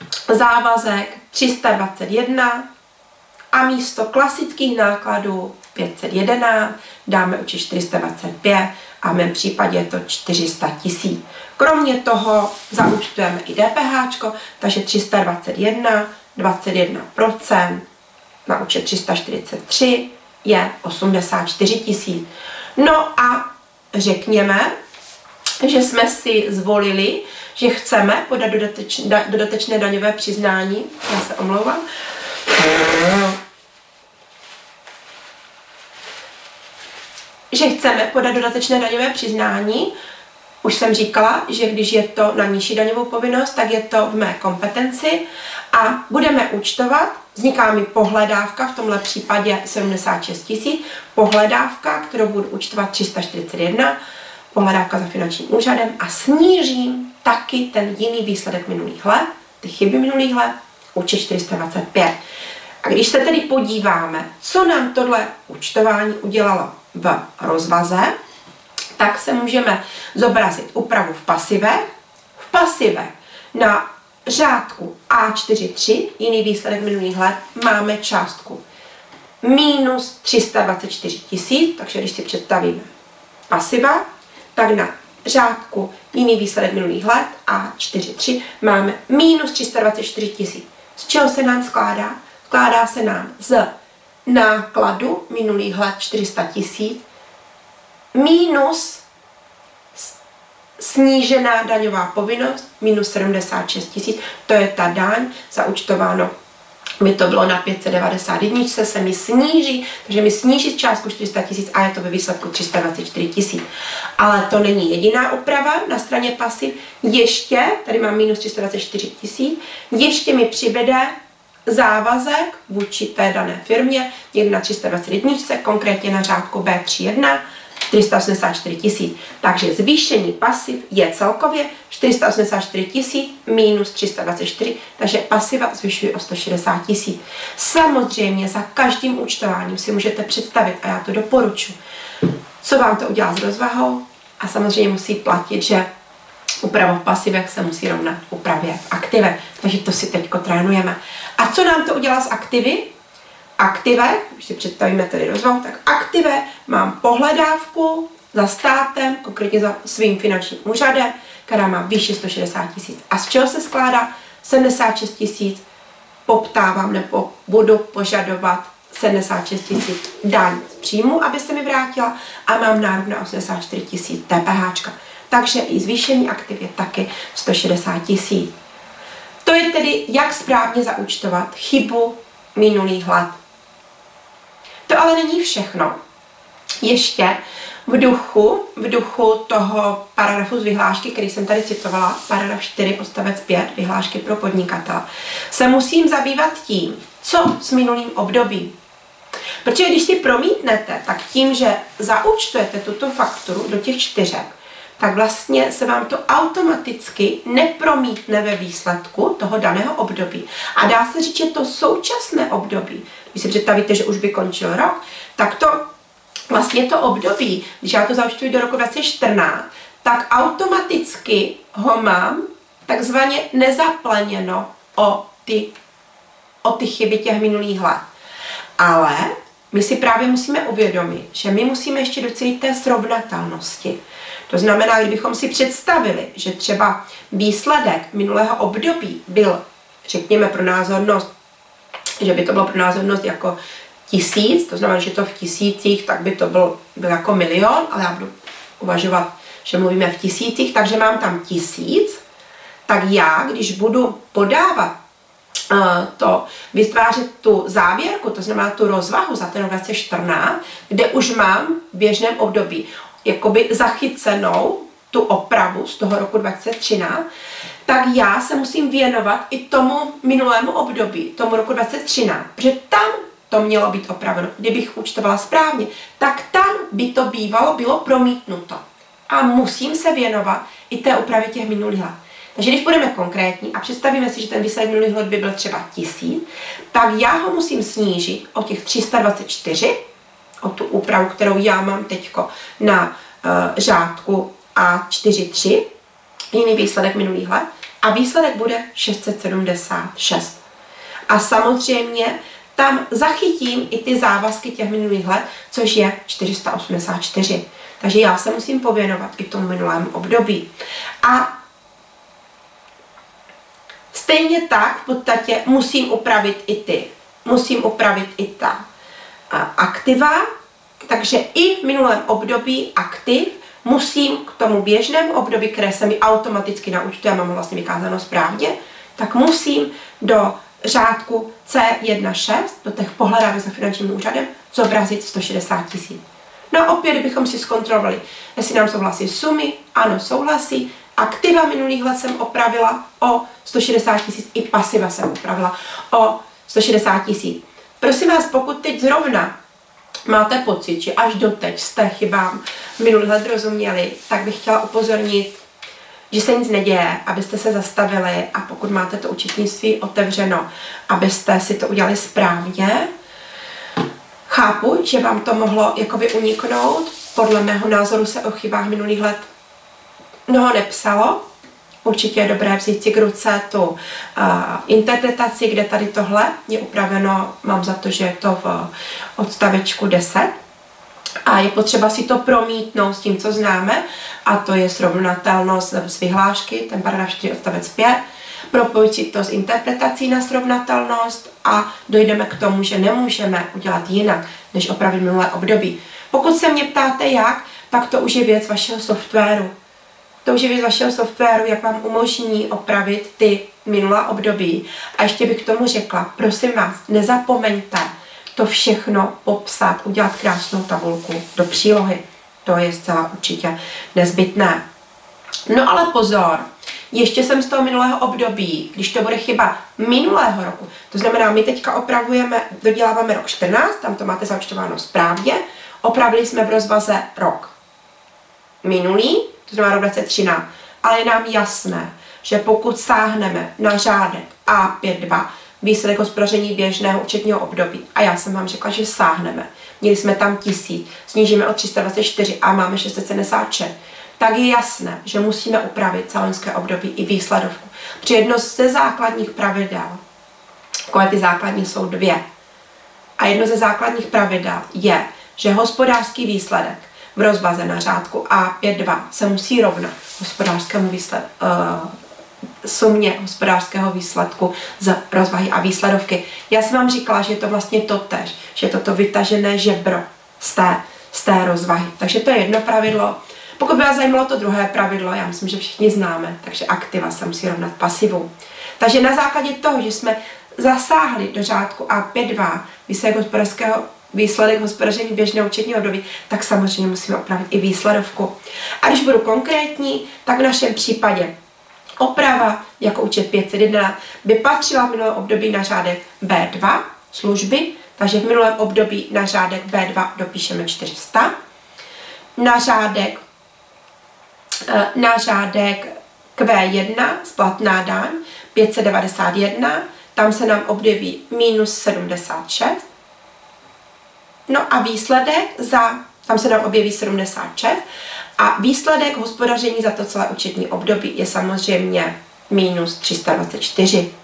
závazek tři sta dvacet jedna a místo klasických nákladů pět set jedenáct dáme účet čtyři sta dvacet pět a v mém případě je to čtyři sta tisíc. Kromě toho zaúčtujeme i D P H, takže tři sta dvacet jedna, dvacet jedna procent na účet tři sta čtyřicet tři je osmdesát čtyři tisíc. No a řekněme, že jsme si zvolili, že chceme podat dodatečné, dodatečné daňové přiznání. Já se omlouvám. Že chceme podat dodatečné daňové přiznání. Už jsem říkala, že když je to na nižší daňovou povinnost, tak je to v mé kompetenci a budeme účtovat. Vzniká mi pohledávka, v tomhle případě sedmdesát šest tisíc, pohledávka, kterou budu účtovat tři sta čtyřicet jedna, pohledávka za finančním úřadem a snížím taky ten jiný výsledek minulých let, ty chyby minulých let, účet čtyři sta dvacet pět. A když se tedy podíváme, co nám tohle účtování udělalo v rozvaze, tak se můžeme zobrazit úpravu v pasivech. V pasivech na řádku A čtyřicet tři, jiný výsledek minulých let, máme částku minus tři sta dvacet čtyři tisíc, takže když si představíme pasiva, tak na řádku jiný výsledek minulých let A čtyřicet tři máme minus tři sta dvacet čtyři tisíc. Z čeho se nám skládá? Skládá se nám z nákladu minulých let čtyři sta tisíc minus snížená daňová povinnost minus sedmdesát šest tisíc, to je ta daň zaúčtováno mi to bylo na pět set devadesát jedna, se mi sníží, takže mi sníží částku čtyři sta tisíc a je to ve výsledku tři sta dvacet čtyři tisíc. Ale to není jediná úprava na straně pasiv. Ještě, tady mám minus tři sta dvacet čtyři tisíc, ještě mi přibude závazek vůči té dané firmě někde na tři sta dvacet jedna, konkrétně na řádku B tři jedna, čtyři sta osmdesát čtyři tisíc. Takže zvýšení pasiv je celkově čtyři sta osmdesát čtyři tisíc minus tři sta dvacet čtyři, takže pasiva zvyšují o sto šedesát tisíc. Samozřejmě za každým účtováním si můžete představit, a já to doporučuji, co vám to udělá s rozvahou, a samozřejmě musí platit, že úprava v pasivech se musí rovnat úpravě v aktivech, takže to si teďko trénujeme. A co nám to udělá s aktivy? Aktive, když si představíme tedy rozvahu, tak aktive mám pohledávku za státem, konkrétně za svým finančním úřadem, která má výši sto šedesát tisíc. A z čeho se skládá? sedmdesát šest tisíc poptávám nebo budu požadovat sedmdesát šest tisíc daň z příjmu, aby se mi vrátila, a mám nárok na osmdesát čtyři tisíc DPH. Takže i zvýšení aktiv je taky sto šedesát tisíc. To je tedy, jak správně zaúčtovat chybu minulých let. To ale není všechno. Ještě v duchu, v duchu toho paragrafu z vyhlášky, který jsem tady citovala, paragraf čtyři odstavec pět vyhlášky pro podnikatele, se musím zabývat tím, co s minulým obdobím. Protože když si promítnete, tak tím, že zaúčtujete tuto fakturu do těch čtyřek, tak vlastně se vám to automaticky nepromítne ve výsledku toho daného období. A dá se říct, že to současné období, když si představíte, že už by končil rok, tak to vlastně to období, když já to zaúčtuji do roku dva tisíce čtrnáct, tak automaticky ho mám takzvaně nezapleněno o ty, o ty chyby těch minulých let. Ale my si právě musíme uvědomit, že my musíme ještě docílit té srovnatelnosti. To znamená, kdybychom si představili, že třeba výsledek minulého období byl, řekněme pro názornost, že by to bylo pro názornost jako tisíc, to znamená, že to v tisících, tak by to byl, byl jako milion, ale já budu uvažovat, že mluvíme v tisících, takže mám tam tisíc, tak já, když budu podávat uh, to, vytvářet tu závěrku, to znamená tu rozvahu za ten rok dva tisíce čtrnáct, kde už mám v běžném období jakoby zachycenou tu opravu z toho roku dva tisíce třináct, tak já se musím věnovat i tomu minulému období, tomu roku dva tisíce třináct, protože tam to mělo být opraveno. Kdybych účtovala správně, tak tam by to bývalo, bylo promítnuto. A musím se věnovat i té úpravě těch minulých let. Takže když budeme konkrétní a představíme si, že ten výsledek minulých let by byl třeba tisíc, tak já ho musím snížit o těch tři sta dvacet čtyři, o tu úpravu, kterou já mám teďko na uh, řádku A čtyři tři, jiný výsledek minulých let, a výsledek bude šest set sedmdesát šest. A samozřejmě tam zachytím i ty závazky těch minulých let, což je čtyři sta osmdesát čtyři. Takže já se musím pověnovat i tomu minulému období. A stejně tak v podstatě musím upravit i ty, musím upravit i ta aktiva, takže i v minulém období aktiv musím k tomu běžnému období, které se mi automaticky naúčtuje, mám vlastně vykázáno správně, tak musím do řádku C jedna šest, do těch pohledávek za finančním úřadem, zobrazit sto šedesát tisíc. No a opět bychom si zkontrolovali, jestli nám souhlasí sumy, ano, souhlasí, aktiva minulých let jsem opravila o sto šedesát tisíc, i pasiva jsem opravila o sto šedesát tisíc. Prosím vás, pokud teď zrovna máte pocit, že až doteď jste chybám minulý let rozuměli, tak bych chtěla upozornit, že se nic neděje, abyste se zastavili a pokud máte to účetnictví otevřeno, abyste si to udělali správně. Chápu, že vám to mohlo jakoby uniknout. Podle mého názoru se o chybách minulých let mnoho nepsalo. Určitě je dobré vzít si k ruce tu uh, interpretaci, kde tady tohle je upraveno, mám za to, že je to v odstavečku deset. A je potřeba si to promítnout s tím, co známe, a to je srovnatelnost z vyhlášky, ten paragraf čtyři odstavec pět, propojit si to s interpretací na srovnatelnost a dojdeme k tomu, že nemůžeme udělat jinak, než opravit minulé období. Pokud se mě ptáte jak, tak to už je věc vašeho softwaru. to už je věc vašeho softwaru, jak vám umožní opravit ty minulá období. A ještě bych k tomu řekla, prosím vás, nezapomeňte to všechno popsat, udělat krásnou tabulku do přílohy. To je zcela určitě nezbytné. No ale pozor, ještě jsem z toho minulého období, když to bude chyba minulého roku, to znamená, my teďka opravujeme, doděláváme rok čtrnáct, tam to máte zaúčtováno správně, opravili jsme v rozvaze rok minulý, to znamená rok dvacet třináct, ale je nám jasné, že pokud sáhneme na řádek A pět dva, výsledek hospodaření běžného účetního období, a já jsem vám řekla, že sáhneme, měli jsme tam tisíc, snížíme o tři sta dvacet čtyři a máme šest set sedmdesát šest, tak je jasné, že musíme upravit celoňské období i výsledovku. Protože jedno ze základních pravidel, takové ty základní jsou dvě, a jedno ze základních pravidel je, že hospodářský výsledek v rozvaze na řádku A pět dva se musí rovnat hospodářskému výsledku, uh, sumě hospodářského výsledku z rozvahy a výsledovky. Já jsem vám říkala, že je to vlastně totéž, že je to to vytažené žebro z té, z té rozvahy. Takže to je jedno pravidlo. Pokud by vás zajímalo to druhé pravidlo, já myslím, že všichni známe, takže aktiva se musí rovnat pasivu. Takže na základě toho, že jsme zasáhli do řádku A pět dva, výsledek hospodářského výsledek hospodaření běžného účetního období, tak samozřejmě musíme opravit i výsledovku. A když budu konkrétní, tak v našem případě oprava jako účet pět set jedna by patřila v minulém období na řádek B dva služby, takže v minulém období na řádek B dva dopíšeme čtyři sta, na řádek, na řádek Q jedna splatná daň pět set devadesát jedna, tam se nám objeví minus sedmdesát šest, no a výsledek za, tam se nám objeví sedmdesát šest, a výsledek hospodaření za to celé účetní období je samozřejmě minus tři sta dvacet čtyři.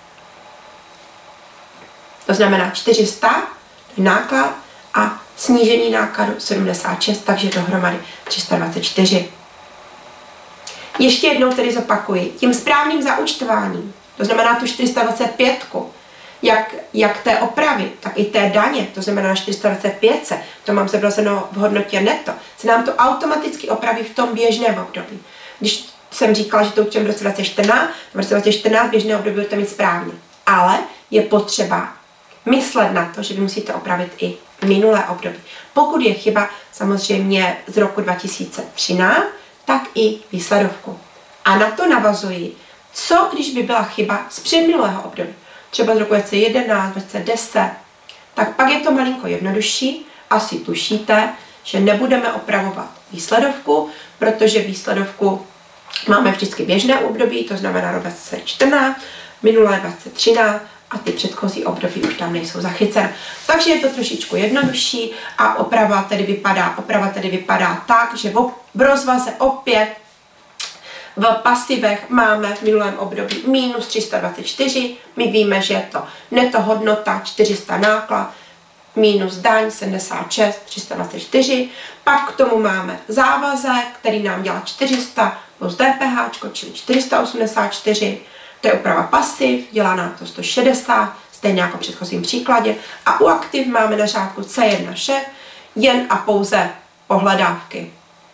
To znamená čtyři sta, to je náklad, a snížení nákladu sedmdesát šest, takže dohromady tři sta dvacet čtyři. Ještě jednou tedy zopakuji, tím správným zaúčtováním, to znamená tu čtyři sta dvacet pět, jak, jak té opravy, tak i té daně, to znamená čtyři sta dvacet pět, to mám zobrazeno v hodnotě neto, se nám to automaticky opraví v tom běžném období. Když jsem říkala, že to učím v roce dvacet čtrnáct, v roce dvacet čtrnáct běžné období budete mít správně. Ale je potřeba myslet na to, že vy musíte opravit i minulé období. Pokud je chyba samozřejmě z roku dva tisíce třináct, tak i výsledovku. A na to navazuji, co když by byla chyba z předminulého období, třeba z roku dva tisíce jedenáct, dva tisíce deset, tak pak je to malinko jednodušší. Asi tušíte, že nebudeme opravovat výsledovku, protože výsledovku máme vždycky běžné období, to znamená rok dva tisíce čtrnáct, minulé dva tisíce třináct a ty předchozí období už tam nejsou zachycené. Takže je to trošičku jednodušší a oprava tedy vypadá, oprava tedy vypadá tak, že v rozvaze opět v pasivech máme v minulém období minus tři sta dvacet čtyři, my víme, že je to neto hodnota čtyři sta náklad, minus daň sedmdesát šest, tři sta dvacet čtyři, pak k tomu máme závazek, který nám dělá čtyři sta plus D P H, čili čtyři sta osmdesát čtyři, to je úprava pasiv, dělá nám to sto šedesát, stejně jako v předchozím příkladě, a u aktiv máme na řádku C jedna šest jen a pouze pohledávky.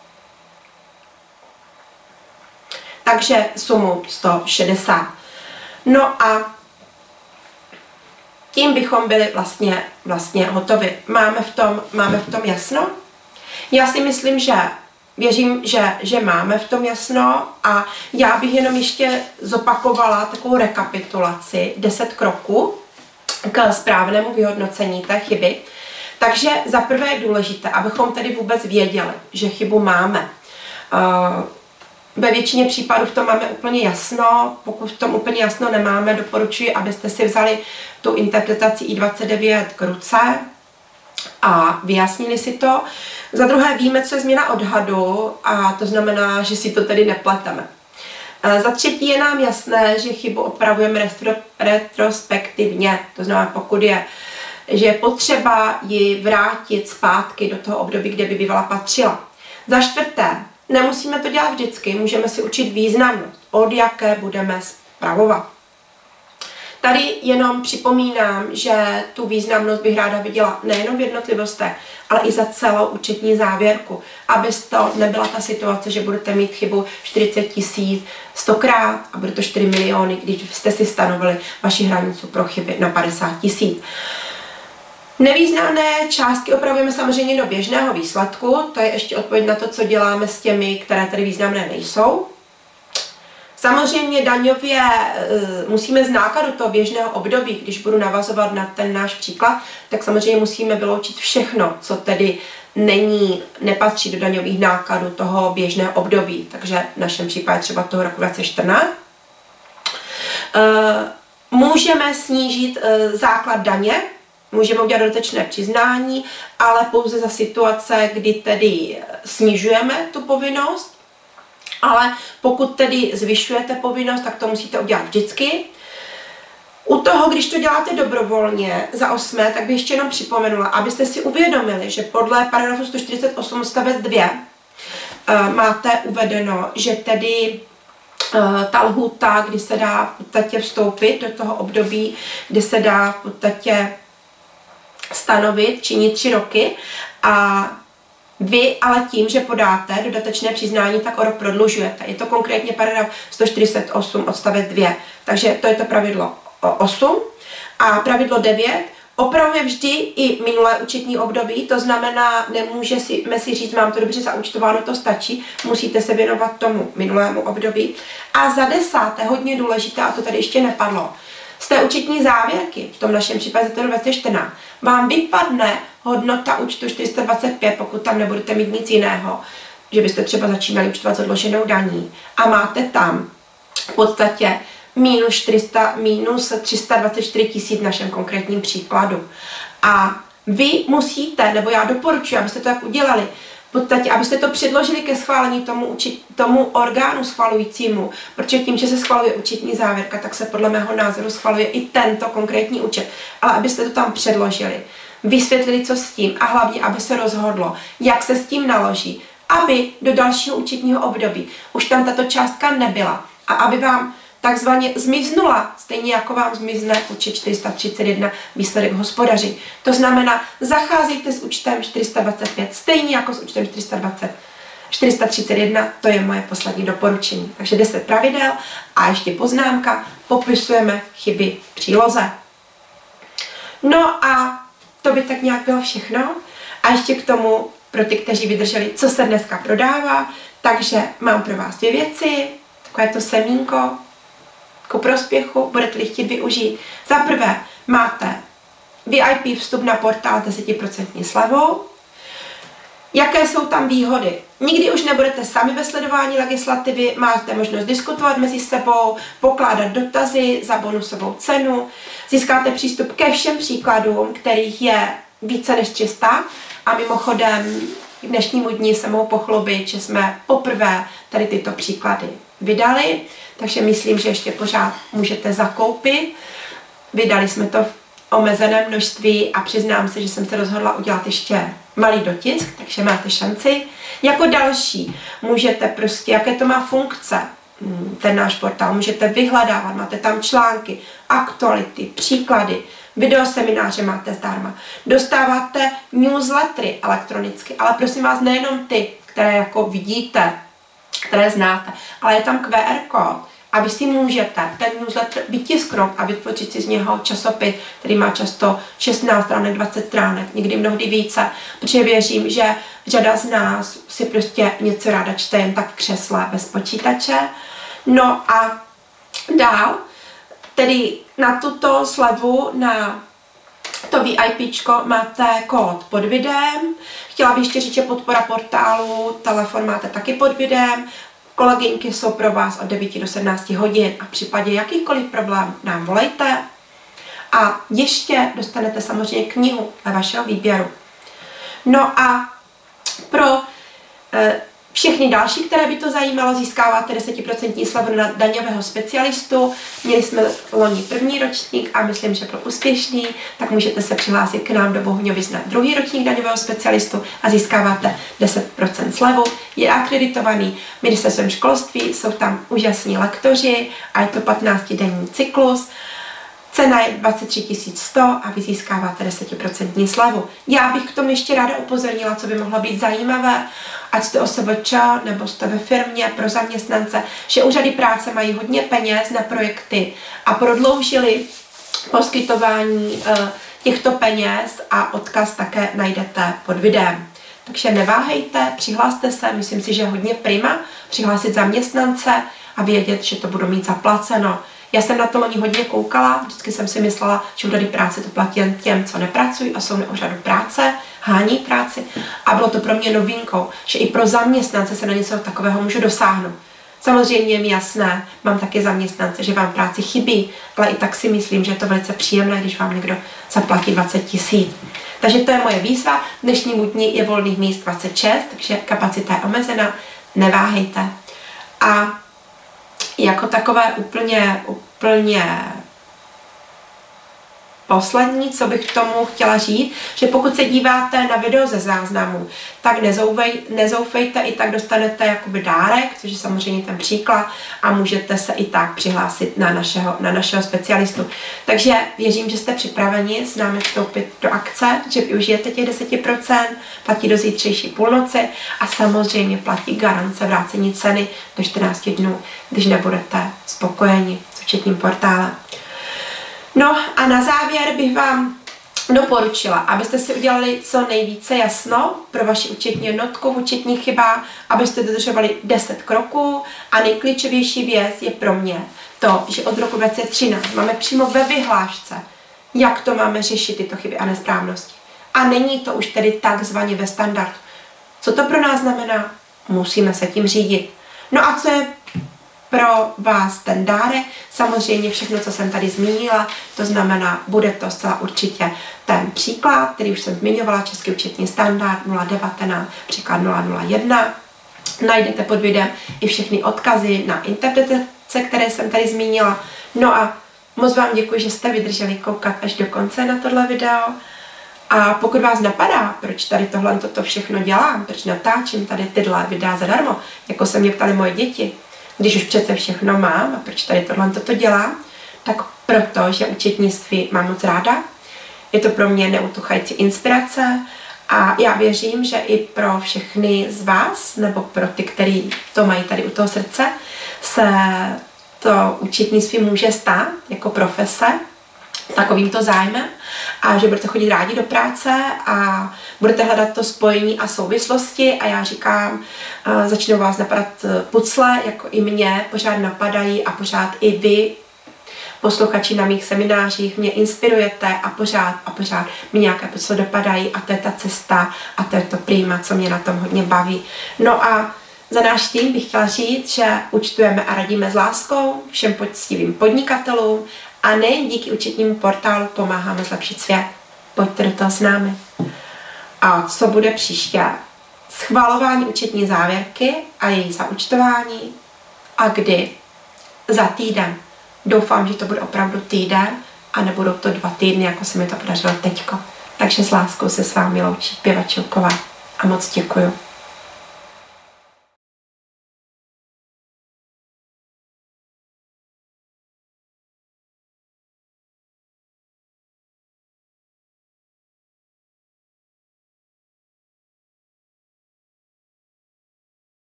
Takže sumu sto šedesát. No a tím bychom byli vlastně, vlastně hotovi. Máme v tom, máme v tom jasno? Já si myslím, že věřím, že, že máme v tom jasno, a já bych jenom ještě zopakovala takovou rekapitulaci deset kroků k správnému vyhodnocení té chyby. Takže za prvé je důležité, abychom tedy vůbec věděli, že chybu máme. Uh, Ve většině případů v tom máme úplně jasno, pokud v tom úplně jasno nemáme, doporučuji, abyste si vzali tu interpretaci I dvacet devět k ruce a vyjasnili si to. Za druhé víme, co je změna odhadu, a to znamená, že si to tedy nepleteme. Za třetí je nám jasné, že chybu opravujeme retro, retrospektivně, to znamená, pokud je, že je potřeba ji vrátit zpátky do toho období, kde by bývala patřila. Za čtvrté, nemusíme to dělat vždycky, můžeme si učit významnost, od jaké budeme spravovat. Tady jenom připomínám, že tu významnost bych ráda viděla nejenom v jednotlivostech, ale i za celou účetní závěrku, aby to nebyla ta situace, že budete mít chybu čtyřicet tisíc stokrát a bude to čtyři miliony, když jste si stanovili vaši hranici pro chyby na padesát tisíc. Nevýznamné částky opravujeme samozřejmě do běžného výsledku, to je ještě odpověď na to, co děláme s těmi, které tady významné nejsou. Samozřejmě daňově e, musíme z nákladu toho běžného období, když budu navazovat na ten náš příklad, tak samozřejmě musíme vyloučit všechno, co tedy není, nepatří do daňových nákladů toho běžného období, takže v našem případě třeba toho roku dva tisíce čtrnáct. E, můžeme snížit e, základ daně, můžeme udělat dodatečné přiznání, ale pouze za situace, kdy tedy snižujeme tu povinnost. Ale pokud tedy zvyšujete povinnost, tak to musíte udělat vždycky. U toho, když to děláte dobrovolně za osmé, tak bych ještě jenom připomenula, abyste si uvědomili, že podle paragrafu sto čtyřicet osm odstavec dva uh, máte uvedeno, že tedy uh, ta lhůta, kdy se dá v podstatě vstoupit do toho období, kdy se dá v podstatě stanovit, činí tři roky a vy ale tím, že podáte dodatečné přiznání, tak o rok prodlužujete. Je to konkrétně paragraf sto čtyřicet osm odstavec dva. Takže to je to pravidlo osm. A pravidlo devět opravuje vždy i minulé účetní období, to znamená, nemůžeme si říct, mám to dobře zaúčtováno, to stačí, musíte se věnovat tomu minulému období. A za desáté, hodně důležité, a to tady ještě nepadlo, z té účetní závěrky, v tom našem případě za dva tisíce čtrnáct, vám vypadne hodnota účtu čtyři sta dvacet pět, pokud tam nebudete mít nic jiného, že byste třeba začínali účtovat s odloženou daní a máte tam v podstatě minus, čtyři sta, minus tři sta dvacet čtyři tisíc v našem konkrétním příkladu. A vy musíte, nebo já doporučuji, abyste to tak udělali, v podstatě, abyste to předložili ke schválení tomu, tomu orgánu schvalujícímu, protože tím, že se schvaluje účetní závěrka, tak se podle mého názoru schvaluje i tento konkrétní účet. Ale abyste to tam předložili, vysvětlili, co s tím a hlavně, aby se rozhodlo, jak se s tím naloží, aby do dalšího účetního období už tam tato částka nebyla a aby vám takzvaně zmiznula, stejně jako vám zmizne účet čtyři sta třicet jedna výsledek hospodaření. To znamená, zacházejte s účtem čtyři sta dvacet pět, stejně jako s účtem čtyři sta dvacet. čtyři sta třicet jedna, to je moje poslední doporučení. Takže deset pravidel a ještě poznámka, popisujeme chyby v příloze. No a to by tak nějak bylo všechno. A ještě k tomu, pro ty, kteří vydrželi, co se dneska prodává, takže mám pro vás dvě věci, takové to semínko, ku prospěchu, budete-li chtít využít. Za prvé máte V I P vstup na portál deset procent slevou. Jaké jsou tam výhody? Nikdy už nebudete sami ve sledování legislativy, máte možnost diskutovat mezi sebou, pokládat dotazy za bonusovou cenu, získáte přístup ke všem příkladům, kterých je více než tři sta a mimochodem k dnešnímu dni se mohu pochlubit, že jsme poprvé tady tyto příklady vydali, takže myslím, že ještě pořád můžete zakoupit. Vydali jsme to v omezeném množství a přiznám se, že jsem se rozhodla udělat ještě malý dotisk, takže máte šanci. Jako další můžete prostě, jaké to má funkce, ten náš portál, můžete vyhledávat, máte tam články, aktuality, příklady, videosemináře máte zdarma, dostáváte newslettery elektronicky, ale prosím vás nejenom ty, které jako vidíte, které znáte, ale je tam Q R kód a vy si můžete ten newsletter vytisknout a vytvořit si z něho časopis, který má často šestnáct stránek, dvacet stránek, někdy mnohdy více, protože věřím, že řada z nás si prostě něco ráda čte jen tak v křesle bez počítače. No a dál, tedy na tuto slevu, na to VIPčko máte kód pod videem. Chtěla bych ještě říct, že podpora portálu, telefon máte taky pod videem. Kolegyňky jsou pro vás od devíti do sedmnácti hodin a v případě jakýchkoliv problémů nám volejte. A ještě dostanete samozřejmě knihu ve vašeho výběru. No a pro e, všechny další, které by to zajímalo, získáváte deset procent slevu na daňového specialistu. Měli jsme loni první ročník a myslím, že byl úspěšný, tak můžete se přihlásit k nám do Bohuňovic na druhý ročník daňového specialistu a získáváte deset procent slevu. Je akreditovaný ministerstvem školství, jsou tam úžasní lektoři a je to patnáctidenní cyklus. Cena je dvacet tři tisíc sto a vy získáváte deset procent slevu. Já bych k tomu ještě ráda upozornila, co by mohlo být zajímavé, ať jste O S V Č nebo jste ve firmě pro zaměstnance, že úřady práce mají hodně peněz na projekty a prodloužili poskytování e, těchto peněz a odkaz také najdete pod videem. Takže neváhejte, přihlaste se, myslím si, že je hodně prima přihlásit zaměstnance a vědět, že to budou mít zaplaceno. Já jsem na to loni hodně koukala, vždycky jsem si myslela, že úřady práce to platí jen těm, co nepracují a jsou na úřadu práce, hání práci. A bylo to pro mě novinkou, že i pro zaměstnance se na něco takového můžu dosáhnout. Samozřejmě je mi jasné, mám taky zaměstnance, že vám práci chybí, ale i tak si myslím, že je to velice příjemné, když vám někdo zaplatí dvacet tisíc. Takže to je moje výzva. V dnešnímu dni je volných míst dvacet šest, takže kapacita je omezená, neváhejte. A jako takové úplně, úplně poslední, co bych k tomu chtěla říct, že pokud se díváte na video ze záznamu, tak nezoufej, nezoufejte, i tak dostanete jakoby dárek, což je samozřejmě ten příklad a můžete se i tak přihlásit na našeho, na našeho specialistu. Takže věřím, že jste připraveni s námi vstoupit do akce, že využijete těch deset procent, platí do zítřejší půlnoci a samozřejmě platí garance vrácení ceny do čtrnácti dnů, když nebudete spokojeni s účetním portálem. No a na závěr bych vám doporučila, abyste si udělali co nejvíce jasno pro vaši účetní jednotku v účetních chybách, abyste dodržovali deset kroků a nejklíčovější věc je pro mě to, že od roku dvacet třináct máme přímo ve vyhlášce, jak to máme řešit tyto chyby a nesprávnosti. A není to už tedy takzvaně ve standardu. Co to pro nás znamená? Musíme se tím řídit. No a co je pro vás ten dárek? Samozřejmě všechno, co jsem tady zmínila, to znamená, bude to zcela určitě ten příklad, který už jsem zmiňovala, Český účetní standard nula devatenáct, příklad nula nula jedna. Najdete pod videem i všechny odkazy na interpretace, které jsem tady zmínila. No a moc vám děkuji, že jste vydrželi koukat až do konce na tohle video. A pokud vás napadá, proč tady tohle toto všechno dělám, proč natáčím tady tyhle videa zadarmo, jako se mě ptali moje děti, když už přece všechno mám a proč tady tohle toto dělám, tak proto, že účetnictví mám moc ráda. Je to pro mě neutuchající inspirace a já věřím, že i pro všechny z vás, nebo pro ty, kteří to mají tady u toho srdce, se to účetnictví může stát jako profese takovýmto zájmem a že budete chodit rádi do práce a budete hledat to spojení a souvislosti a já říkám, začnou vás napadat pucle, jako i mě pořád napadají a pořád i vy, posluchači na mých seminářích, mě inspirujete a pořád a pořád mi nějaké pucle dopadají a to je ta cesta a to je to prima, co mě na tom hodně baví. No a za náš tým bych chtěla říct, že účtujeme a radíme s láskou všem poctivým podnikatelům a nejen díky účetnímu portálu pomáháme zlepšit svět. Pojďte do toho s námi. A co bude příště? Schvalování účetní závěrky a její zaúčtování. A kdy? Za týden. Doufám, že to bude opravdu týden a nebudou to dva týdny, jako se mi to podařilo teďko. Takže s láskou se s vámi loučí Pěva Čilková a moc děkuju.